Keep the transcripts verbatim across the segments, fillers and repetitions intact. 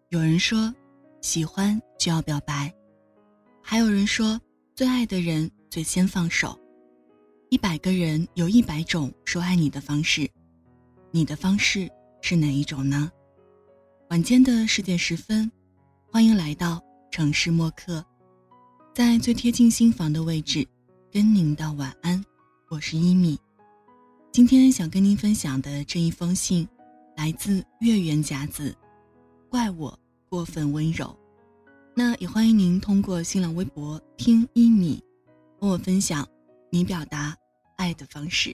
有人说，喜欢就要表白，还有人说，最爱的人最先放手。一百个人有一百种说爱你的方式，你的方式是哪一种呢？晚间的十点十分，欢迎来到城市默客，在最贴近心房的位置，跟您道晚安。我是一米。今天想跟您分享的这一封信，来自月圆甲子，怪我过分温柔。那也欢迎您通过新浪微博听一米，和我分享你表达爱的方式。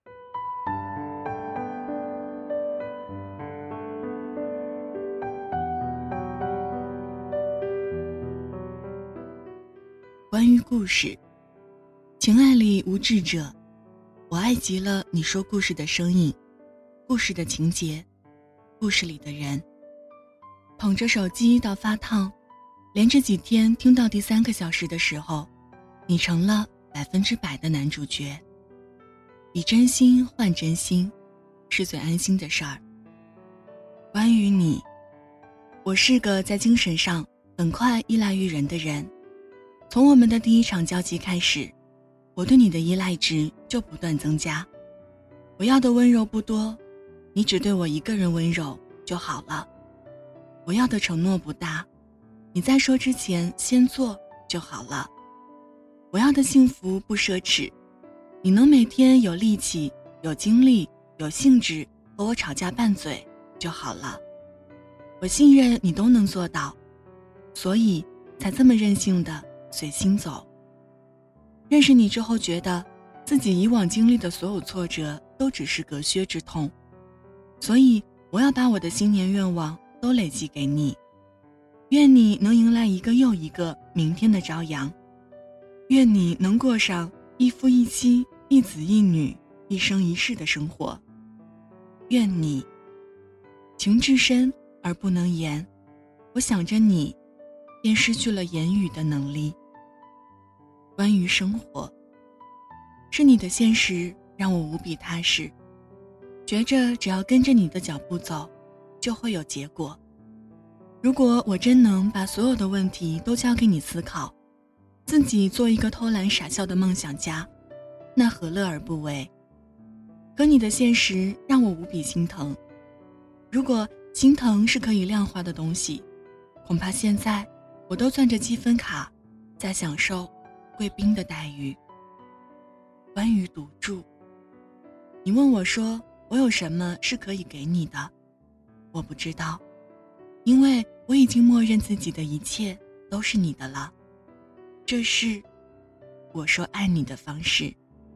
关于故事，情爱里无智者，我爱极了你说故事的声音，故事的情节，故事里的人。捧着手机到发烫，连着几天听到第三个小时的时候，你成了百分之百的男主角。以真心换真心，是最安心的事儿。关于你，我是个在精神上很快依赖于人的人。从我们的第一场交集开始，我对你的依赖值就不断增加。我要的温柔不多，你只对我一个人温柔就好了。我要的承诺不大，你在说之前先做就好了。我要的幸福不奢侈，你能每天有力气、有精力、有兴致和我吵架拌嘴就好了。我信任你都能做到，所以才这么任性的随心走。认识你之后，觉得自己以往经历的所有挫折都只是隔靴之痛，所以我要把我的新年愿望都累积给你。愿你能迎来一个又一个明天的朝阳，愿你能过上一夫一妻、一子一女、一生一世的生活。愿你情至深而不能言，我想着你，便失去了言语的能力。关于生活，是你的现实让我无比踏实，觉着只要跟着你的脚步走，就会有结果。如果我真能把所有的问题都交给你思考，自己做一个偷懒傻笑的梦想家，那何乐而不为？可你的现实让我无比心疼。如果心疼是可以量化的东西，恐怕现在我都攥着积分卡，在享受贵宾的待遇。关于赌注，你问我说我有什么是可以给你的，我不知道，因为我已经默认自己的一切都是你的了。这是我说爱你的方式。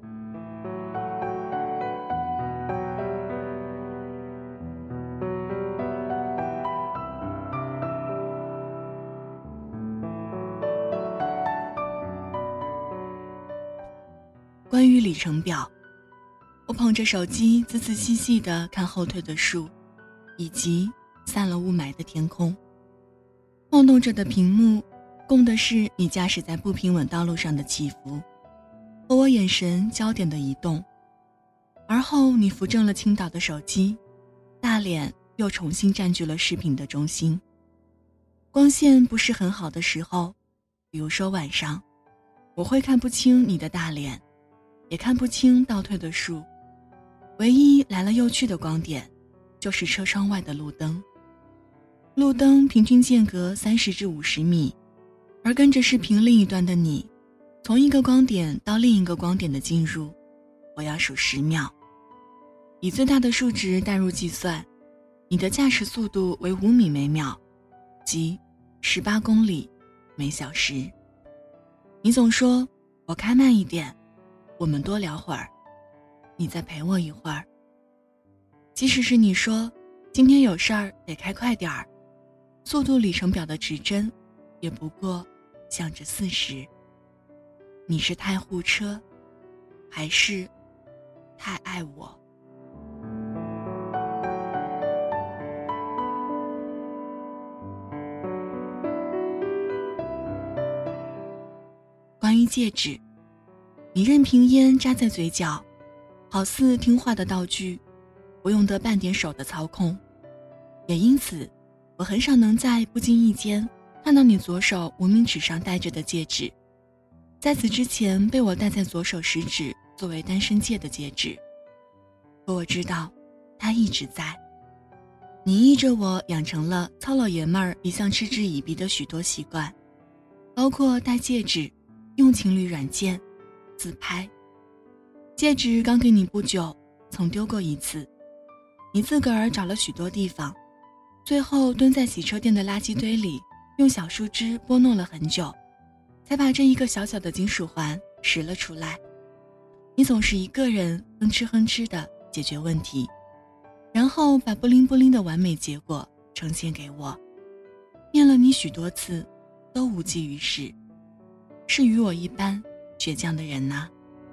关于里程表，我捧着手机仔仔细细地看后退的树，以及散了雾霾的天空。晃动着的屏幕供的是你驾驶在不平稳道路上的起伏，和我眼神焦点的移动。而后你扶正了倾倒的手机，大脸又重新占据了视频的中心。光线不是很好的时候，比如说晚上，我会看不清你的大脸，也看不清倒退的树，唯一来了又去的光点，就是车窗外的路灯。路灯平均间隔三十至五十米，而跟着视频另一端的你，从一个光点到另一个光点的进入，我要数十秒。以最大的数值代入计算，你的驾驶速度为五米每秒，即十八公里每小时。你总说我开慢一点，我们多聊会儿，你再陪我一会儿。即使是你说今天有事儿得开快点儿，速度里程表的指针也不过向着四十。你是太护车，还是太爱我？关于戒指，你任凭烟扎在嘴角，好似听话的道具，不用得半点手的操控，也因此我很少能在不经意间看到你左手无名指上戴着的戒指，在此之前被我戴在左手食指作为单身戒的戒指。可我知道它一直在。你依着我养成了糙老爷们儿一向嗤之以鼻的许多习惯，包括戴戒指、用情侣软件、自拍。戒指刚给你不久，曾丢过一次，你自个儿找了许多地方，最后蹲在洗车店的垃圾堆里，用小树枝拨弄了很久，才把这一个小小的金属环拾了出来。你总是一个人哼哧哼哧地解决问题，然后把不灵不灵的完美结果呈现给我。念了你许多次，都无济于事，是与我一般倔强的人呐、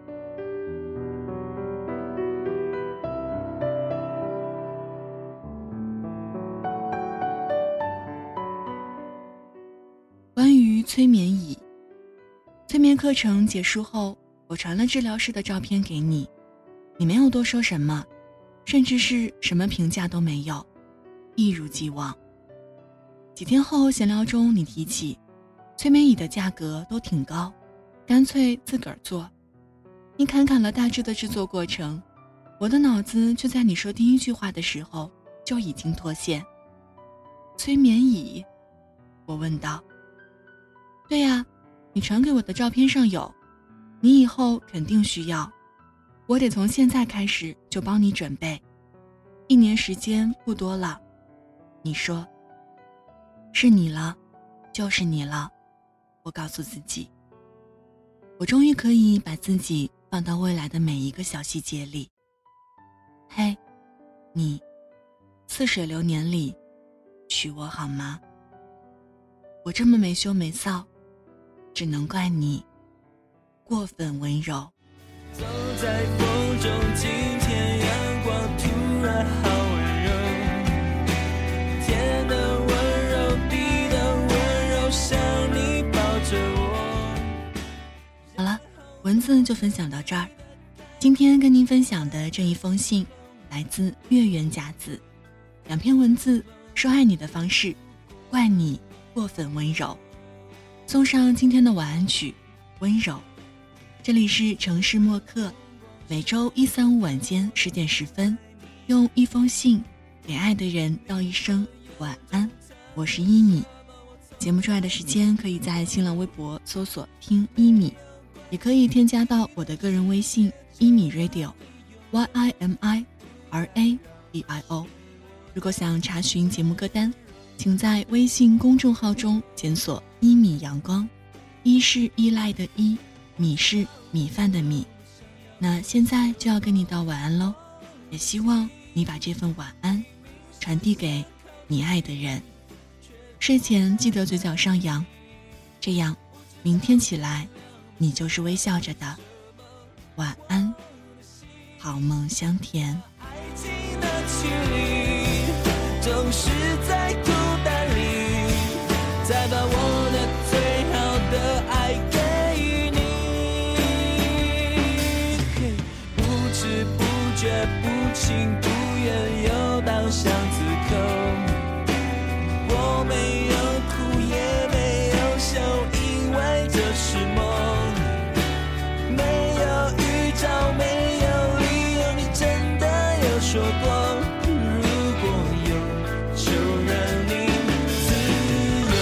关于催眠椅，催眠课程结束后，我传了治疗师的照片给你，你没有多说什么，甚至是什么评价都没有，一如既往。几天后闲聊中你提起催眠椅的价格都挺高，干脆自个儿做。你侃侃了大致的制作过程，我的脑子却在你说第一句话的时候就已经脱线。催眠椅？我问道。对呀，你传给我的照片上有，你以后肯定需要，我得从现在开始就帮你准备，一年时间不多了。你说，是你了，就是你了，我告诉自己。我终于可以把自己放到未来的每一个小细节里。嘿，你，似水流年里，娶我好吗？我这么没羞没臊，只能怪你过分温柔。 走在风中，今天阳光突然好温柔，天的温柔，地的温柔，像你抱着我。 好了，文字就分享到这儿。今天跟您分享的这一封信来自月圆甲子，两篇文字，说爱你的方式，怪你过分温柔。送上今天的晚安曲温柔。这里是城市默客，每周一三五晚间十点十分，用一封信给爱的人道一声晚安。我是一米，节目出来的时间可以在新浪微博搜索听一米，也可以添加到我的个人微信一米 radio Y I M I R A D I O。 如果想查询节目歌单，请在微信公众号中检索一米阳光，一是依赖的依，米是米饭的米。那现在就要跟你道晚安喽，也希望你把这份晚安传递给你爱的人。睡前记得嘴角上扬，这样明天起来你就是微笑着的。晚安，好梦香甜。 爱情的距离总是在孤单里，再把我的最好的爱给你，不知不觉，不情不愿，又到巷子口，我没有哭也没有笑，因为这是梦，没有预兆，没有理由，你真的有说过，如果有就让你自由。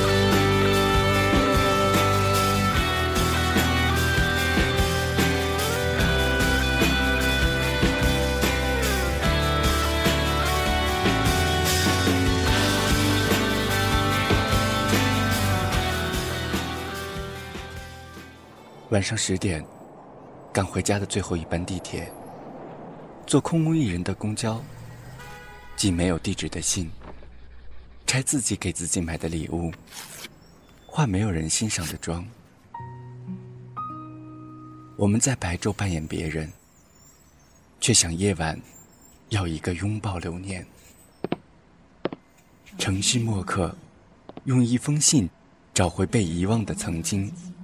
晚上十点，赶回家的最后一班地铁，坐空无一人的公交，寄没有地址的信，拆自己给自己买的礼物，化没有人欣赏的妆。我们在白昼扮演别人，却想夜晚要一个拥抱留念。城市默客，用一封信找回被遗忘的曾经。